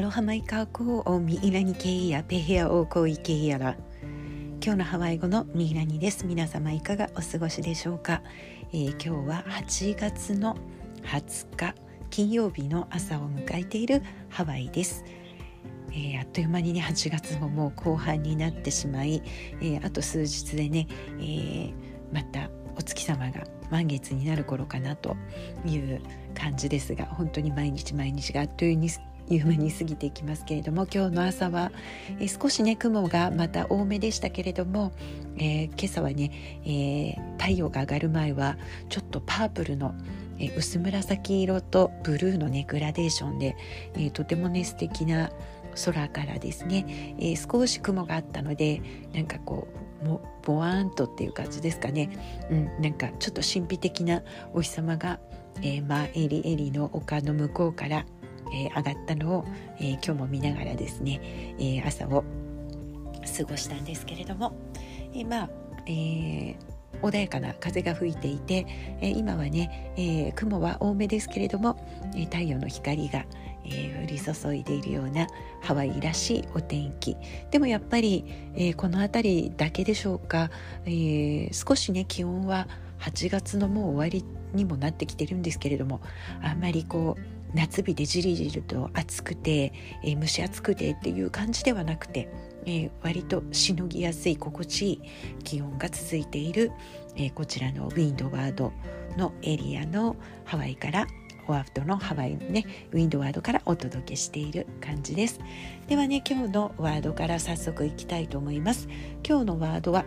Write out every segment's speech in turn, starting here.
ロハマイカーコーミイラニケイヤペヘアオーコイケイヤラ。今日のハワイ語のミイラニです。皆様いかがお過ごしでしょうか。今日は8月の20日金曜日の朝を迎えているハワイです。あっという間にね8月ももう後半になってしまい、あと数日でね、またお月様が満月になる頃かなという感じですが、本当に毎日があっという間に過ぎていきますけれども、今日の朝は、少しね雲がまた多めでしたけれども、今朝はね、太陽が上がる前はちょっとパープルの薄紫色とブルーのねグラデーションで、とてもね素敵な空からですね、少し雲があったのでなんかこうボワーンとっていう感じですかね、なんかちょっと神秘的なお日様が、マエリエリの丘の向こうから、上がったのを、今日も見ながらですね、朝を過ごしたんですけれども、穏やかな風が吹いていて、今はね、雲は多めですけれども、太陽の光が降り注いでいるようなハワイらしいお天気でもやっぱり、この辺りだけでしょうか、少しね気温は8月のもう終わりにもなってきてるんですけれども、あんまりこう夏日でじりじりと暑くて、蒸し暑くてっていう感じではなくて、割としのぎやすい心地いい気温が続いている、こちらのウィンドワードのエリアのハワイからオアフ島のハワイのねウィンドワードからお届けしている感じです。ではね、今日のワードから早速いきたいと思います。今日のワードは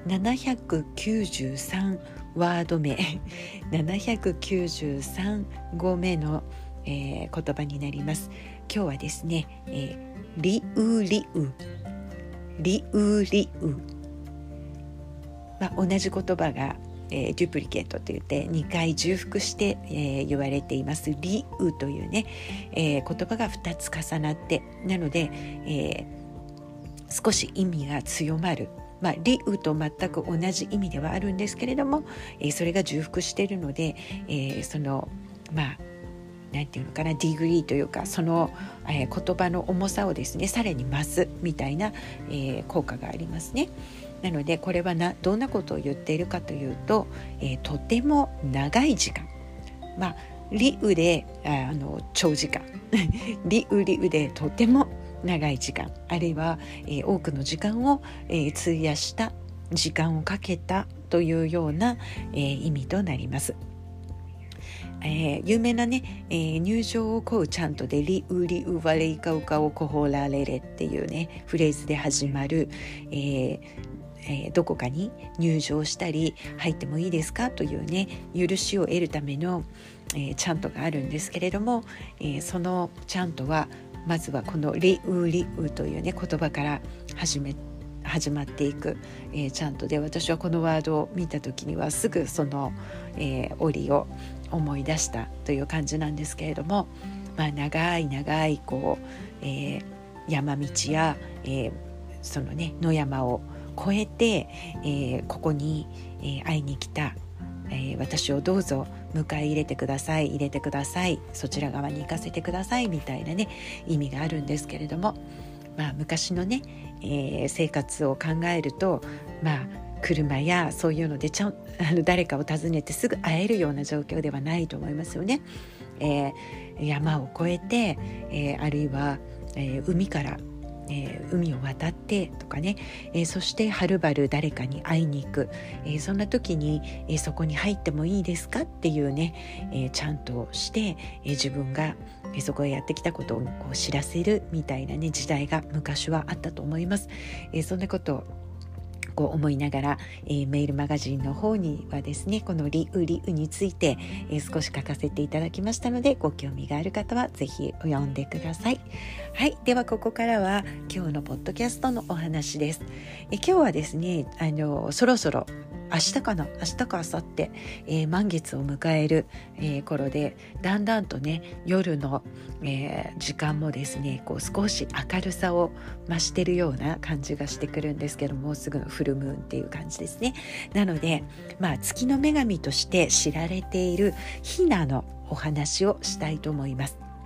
793ワード目793語目の、言葉になります。今日はですね、リウリウ、同じ言葉がデュプリケートといって2回重複して、言われていますリウというね、言葉が2つ重なって、なので、少し意味が強まる、リウと全く同じ意味ではあるんですけれども、それが重複しているので、そのなんていうのかな、ディグリーというかその、言葉の重さをですねさらに増すみたいな、効果がありますね。なのでこれはどんなことを言っているかというと、とても長い時間、リウで長時間リウでとても長い時間、あるいは、多くの時間を、費やした時間をかけたというような、意味となります。有名なね、入場を請うチャントでリウワレイカウカオコホラレレっていうねフレーズで始まる、どこかに入場したり入ってもいいですかというね許しを得るための、チャントがあるんですけれども、そのチャントはまずはこのリウというね言葉から始まっていく、チャントで、私はこのワードを見た時にはすぐその、オリを思い出したという感じなんですけれども、長いこう、山道や、そのね野山を越えて、ここに、会いに来た、私をどうぞ迎え入れてください、そちら側に行かせてくださいみたいなね意味があるんですけれども、昔のね、生活を考えると車やそういうので誰かを訪ねてすぐ会えるような状況ではないと思いますよね。山を越えて、あるいは、海から、海を渡ってとかね、そしてはるばる誰かに会いに行く、そんな時に、そこに入ってもいいですかっていうね、ちゃんとして、自分がそこへやってきたことをこう知らせるみたいなね時代が昔はあったと思います。そんなことをこう思いながら、メールマガジンの方にはですねこのリウについて、少し書かせていただきましたので、ご興味がある方はぜひ読んでください。はい、ではここからは今日のポッドキャストのお話です。今日はですねそろそろ明日か明後日、満月を迎える、頃で、だんだんとね夜の、時間もですねこう少し明るさを増してるような感じがしてくるんですけども、もうすぐのフルムーンっていう感じですね。なので、月の女神として知られているヒナのお話をしたいと思います。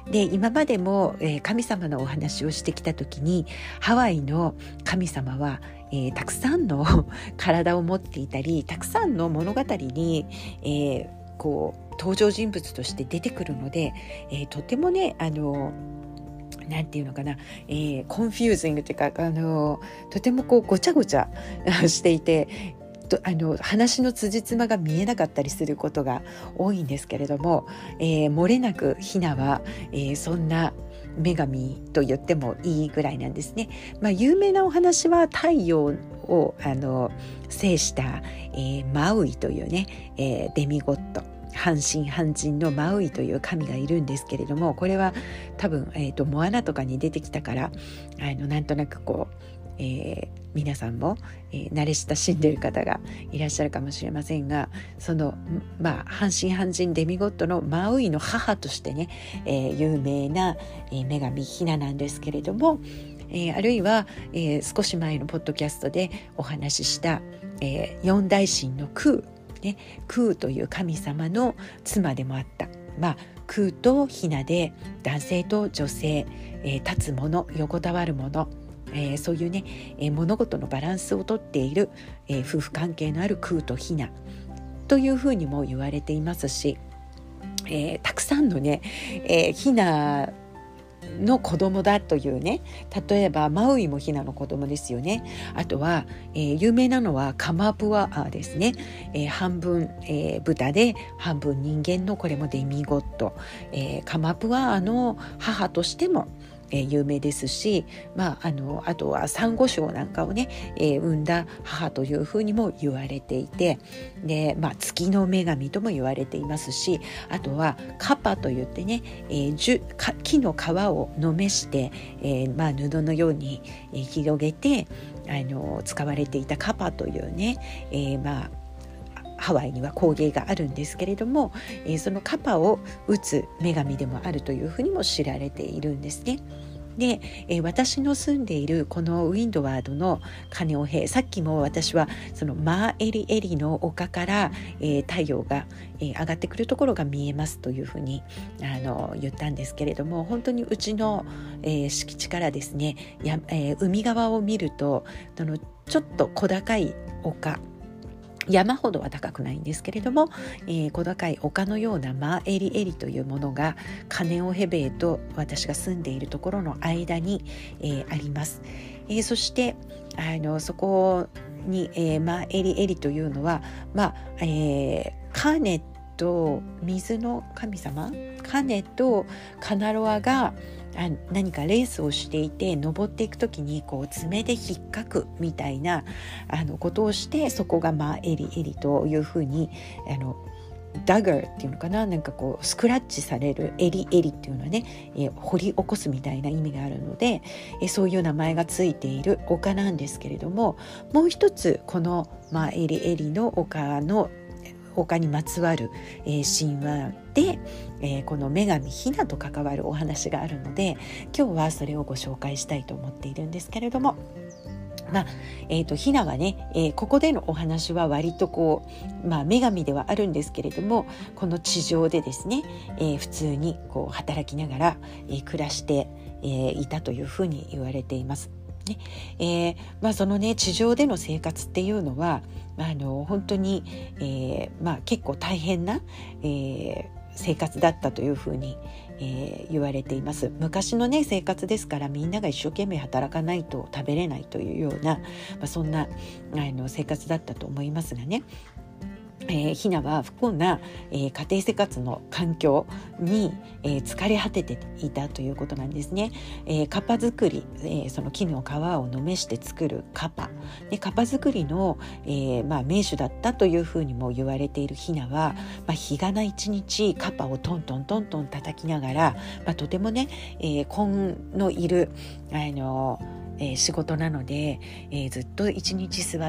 で今までも、神様のお話をしてきた時にハワイの神様は、たくさんの体を持っていたりたくさんの物語に、こう登場人物として出てくるので、とてもねなんていうのかな、コンフューズングというかとてもこうごちゃごちゃしていて話の辻褄が見えなかったりすることが多いんですけれども、漏れなくヒナは、そんな女神と言ってもいいぐらいなんですね。有名なお話は太陽を制した、マウイというね、デミゴッド半神半人のマウイという神がいるんですけれども、これは多分、モアナとかに出てきたからなんとなくこう、皆さんも、慣れ親しんでいる方がいらっしゃるかもしれませんが、その半神半人デミゴッドのマウイの母としてね、有名な、女神ヒナなんですけれども、あるいは、少し前のポッドキャストでお話しした、四大神のクーという神様の妻でもあった、クーとヒナで男性と女性、立つもの横たわるもの、そういうね、物事のバランスをとっている、夫婦関係のあるクーとヒナというふうにも言われていますし、たくさんのね、ヒナの子供だというね、例えばマウイもヒナの子供ですよね。あとは、有名なのはカマプアですね、半分、豚で半分人間のこれもデミゴッド、カマプアの母としても有名ですし、あとはサンゴ礁なんかをね、産んだ母というふうにも言われていて、で、月の女神とも言われていますし、あとはカパといってね、木の皮をのめして、布のように広げて使われていたカパというね、ハワイには工芸があるんですけれども、そのカパを打つ女神でもあるというふうにも知られているんですね。で、私の住んでいるこのウィンドワードのカネオヘ、さっきも私はそのマーエリエリの丘から、太陽が、上がってくるところが見えますというふうに言ったんですけれども、本当にうちの、敷地からですね、海側を見るとちょっと小高い丘、山ほどは高くないんですけれども、小高い丘のようなマーエリエリというものがカネオヘベイと私が住んでいるところの間に、あります。そしてそこに、マーエリエリというのは、カネと水の神様、カネとカナロアが何かレースをしていて、登っていくときにこう爪で引っかくみたいなことをして、そこがエリエリというふうにダガーっていうのかな、なんかこうスクラッチされるエリエリっていうのはね、掘り起こすみたいな意味があるので、そういう名前がついている丘なんですけれども、もう一つこのエリエリの丘にまつわる、神話で、この女神ヒナと関わるお話があるので、今日はそれをご紹介したいと思っているんですけれども、ヒナはね、ここでのお話は割とこう、女神ではあるんですけれども、この地上でですね、普通にこう働きながら、暮らして、いたというふうに言われています。そのね、地上での生活っていうのは本当に、結構大変な、生活だったというふうに、言われています。昔のね、生活ですから、みんなが一生懸命働かないと食べれないというような、そんな生活だったと思いますがね、ヒナは不幸な、家庭生活の環境に、疲れ果てていたということなんですね。カッパ作り、その木の皮をのめして作るカッパで、カッパ作りの、名手だったというふうにも言われているヒナは、日がな一日カッパをトントントントン叩きながら、とてもね、根のいる仕事なので、ずっと一日座って、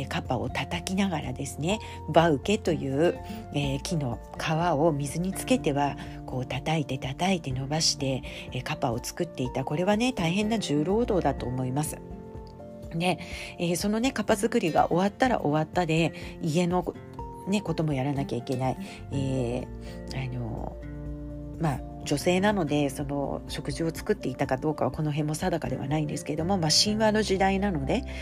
カッパを叩きながらですね、バウケという、木の皮を水につけてはこう叩いて伸ばして、カッパを作っていた。これはね、大変な重労働だと思います。で、そのね、カッパ作りが終わったら終わったで、家のね、こともやらなきゃいけない。 女性なのでその食事を作っていたかどうかはこの辺も定かではないんですけれども、神話の時代なので、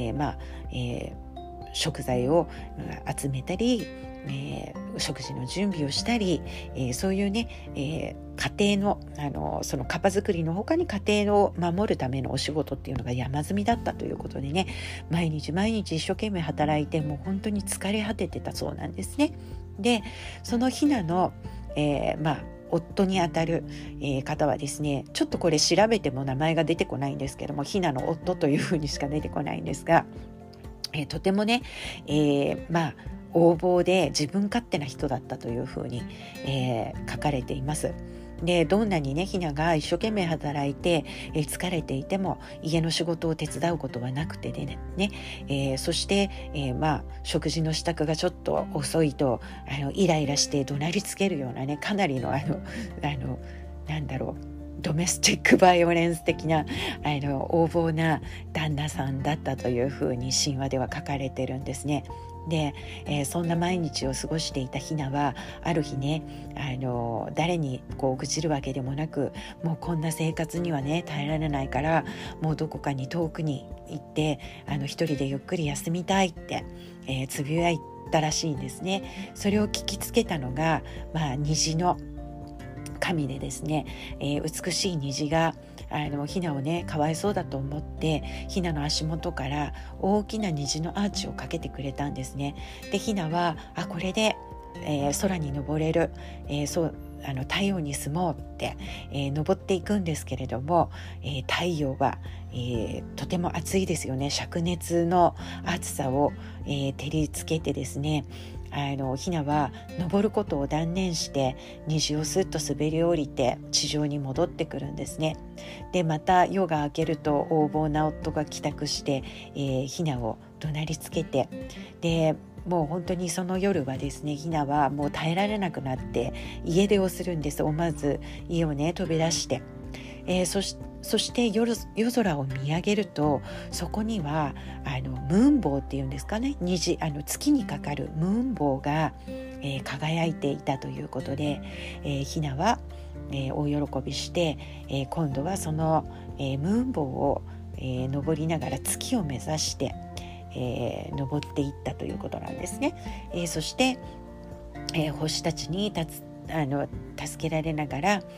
食材を集めたり、食事の準備をしたり、そういうね、家庭の、そのカパ作りの他に家庭を守るためのお仕事っていうのが山積みだったということでね、毎日毎日一生懸命働いて、もう本当に疲れ果ててたそうなんですね。でそのヒナの、夫にあたる、方はですね、ちょっとこれ調べても名前が出てこないんですけども、ヒナの夫というふうにしか出てこないんですが、とてもね、横暴で自分勝手な人だったというふうに、書かれています。でどんなにねヒナが一生懸命働いて、疲れていても家の仕事を手伝うことはなくてね、そして、食事の支度がちょっと遅いとイライラして怒鳴りつけるようなね、かなりのドメスティックバイオレンス的な横暴な旦那さんだったというふうに神話では書かれてるんですね。で、そんな毎日を過ごしていたヒナはある日ね、誰に愚痴るわけでもなく、もうこんな生活にはね耐えられないから、もうどこかに遠くに行って一人でゆっくり休みたいって、つぶやいたらしいんですね。それを聞きつけたのが、虹の神でですね、美しい虹がヒナをねかわいそうだと思ってヒナの足元から大きな虹のアーチをかけてくれたんですね。でヒナはこれで、空に登れる、太陽に住もうって、登っていくんですけれども、太陽は、とても暑いですよね。灼熱の暑さを、照りつけてですね、ヒナは登ることを断念して虹をスッと滑り降りて地上に戻ってくるんですね。でまた夜が明けると横暴な夫が帰宅して、ヒナを怒鳴りつけて、でもう本当にその夜はですね、ヒナはもう耐えられなくなって家出をするんです。思わず家をね飛び出して、そして夜空を見上げると、そこにはムーンボウっていうんですかね、虹月にかかるムーンボウが、輝いていたということで、ヒナは、大喜びして、今度はその、ムーンボウを、登りながら月を目指して、登っていったということなんですね。そして、星たちに助けられながら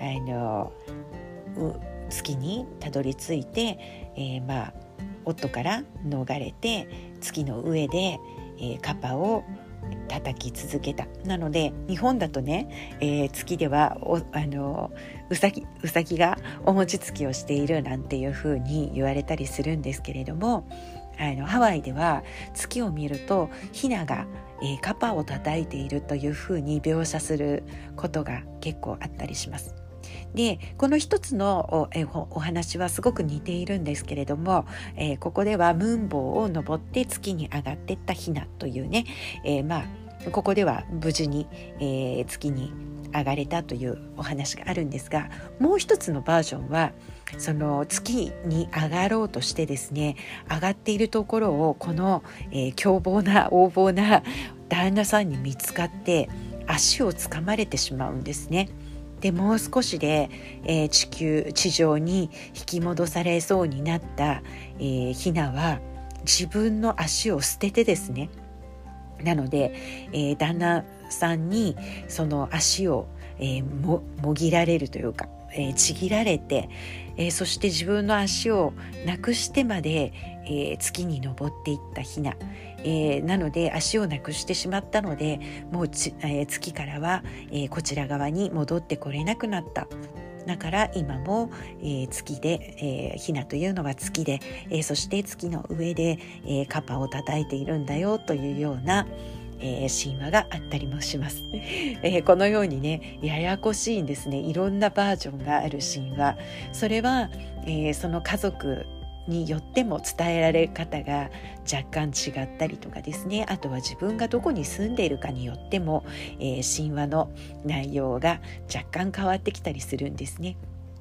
月にたどり着いて、夫から逃れて月の上で、カパを叩き続けた。なので日本だとね、月ではうさぎがお餅つきをしているなんていう風に言われたりするんですけれども、ハワイでは月を見るとヒナが、カパを叩いているという風に描写することが結構あったりします。でこの一つの お話はすごく似ているんですけれども、ここではムーンボウを登って月に上がっていったヒナというね、ここでは無事に、月に上がれたというお話があるんですが、もう一つのバージョンはその月に上がろうとしてですね、上がっているところをこの、凶暴な横暴な旦那さんに見つかって足をつかまれてしまうんですね。でもう少しで、地上に引き戻されそうになった、ヒナは自分の足を捨ててですね、なので、旦那さんにその足を、もぎられるというか、ちぎられて、そして自分の足をなくしてまで、月に登っていったヒナ、なので足をなくしてしまったのでもう月からは、こちら側に戻ってこれなくなった。だから今も、月で、ヒナというのは月で、そして月の上で、カパを叩いているんだよというような、神話があったりもします。このようにねややこしいんですね。いろんなバージョンがある神話、それは、その家族によっても伝えられ方が若干違ったりとかですね、あとは自分がどこに住んでいるかによっても、神話の内容が若干変わってきたりするんですね。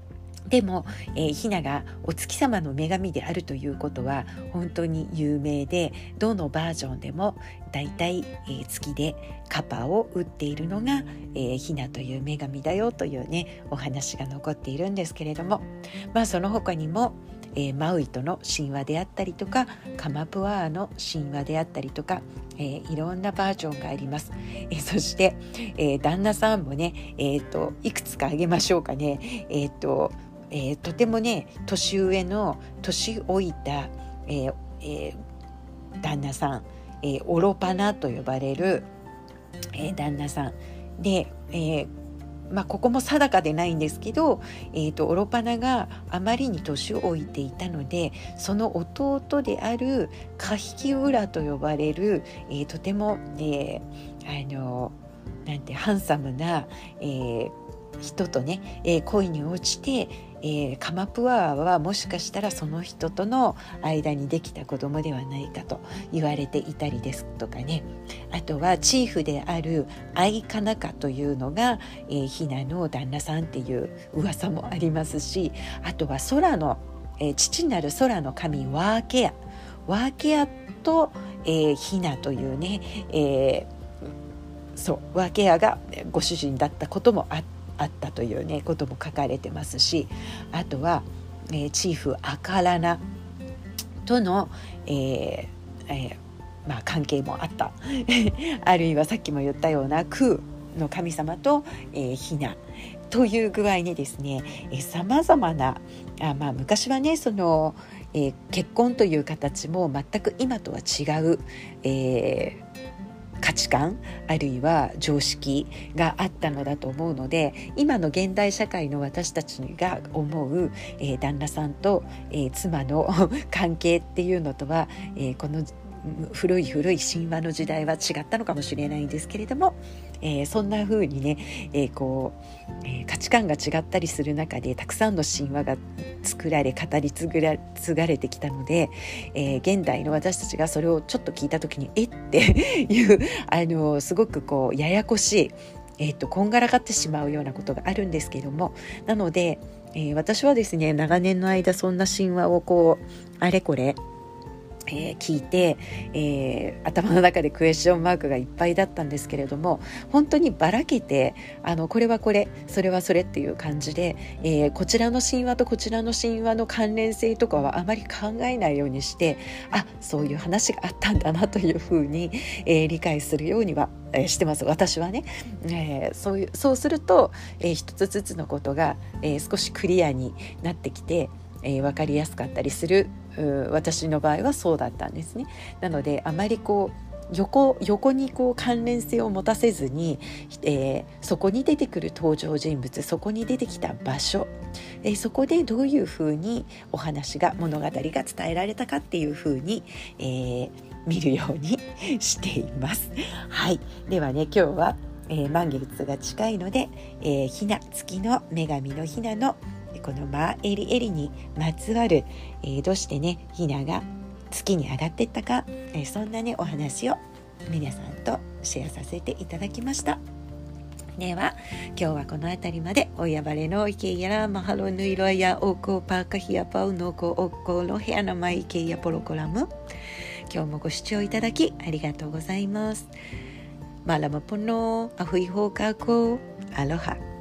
でも、ヒナがお月様の女神であるということは本当に有名で、どのバージョンでもだいたい月でカパを打っているのが、ヒナという女神だよというねお話が残っているんですけれども、その他にも、マウイとの神話であったりとか、カマプアーの神話であったりとか、いろんなバージョンがあります。そして、旦那さんもね、いくつかあげましょうかね。とてもね年上の年老いた、旦那さん、オロパナと呼ばれる、旦那さんで、ここも定かでないんですけど、オロパナがあまりに年老いていたので、その弟であるカヒキウラと呼ばれる、とても、ハンサムな、人とね、恋に落ちて、カマプアーはもしかしたらその人との間にできた子供ではないかと言われていたりですとかね。あとはチーフであるアイカナカというのが、ヒナの旦那さんっていう噂もありますし、あとは空の、父なる空の神ワーケアと、ヒナというね、ワーケアがご主人だったこともあったというねことも書かれてますし、あとは、チーフアカラナとの、関係もあったあるいはさっきも言ったような空の神様と、ヒナという具合にですね、さまざまな昔はねその、結婚という形も全く今とは違う、価値観あるいは常識があったのだと思うので、今の現代社会の私たちが思う、旦那さんと、妻の関係っていうのとは、この古い神話の時代は違ったのかもしれないんですけれども、そんな風にね、価値観が違ったりする中でたくさんの神話が作られ語り継がれてきたので、現代の私たちがそれをちょっと聞いた時にっていうすごくややこしい、こんがらがってしまうようなことがあるんですけども、なので、私はですね長年の間そんな神話をあれこれ聞いて、頭の中でクエスチョンマークがいっぱいだったんですけれども、本当にばらけてこれはこれそれはそれっていう感じで、こちらの神話とこちらの神話の関連性とかはあまり考えないようにして、そういう話があったんだなというふうに、理解するようにはしてます私はね。そうすると、一つずつのことが、少しクリアになってきて、分かりやすかったりする。私の場合はそうだったんですね。なのであまり横に関連性を持たせずに、そこに出てくる登場人物、そこに出てきた場所、そこでどういうふうにお話が物語が伝えられたかっていうふうに、見るようにしています。はい、ではね今日は、満月が近いので、ヒナ月の女神のヒナのこのマーエリエリにまつわる、どうしてねヒナが月に上がっていったか、そんなねお話を皆さんとシェアさせていただきました。では今日はこの辺りまで。おやばれのいけやらマハロヌイロやオコパーカヒアパウノコオコのヘアナマイケやポロコラム。今日もご視聴いただきありがとうございます。マラマポノアフイホーカーコアロハ。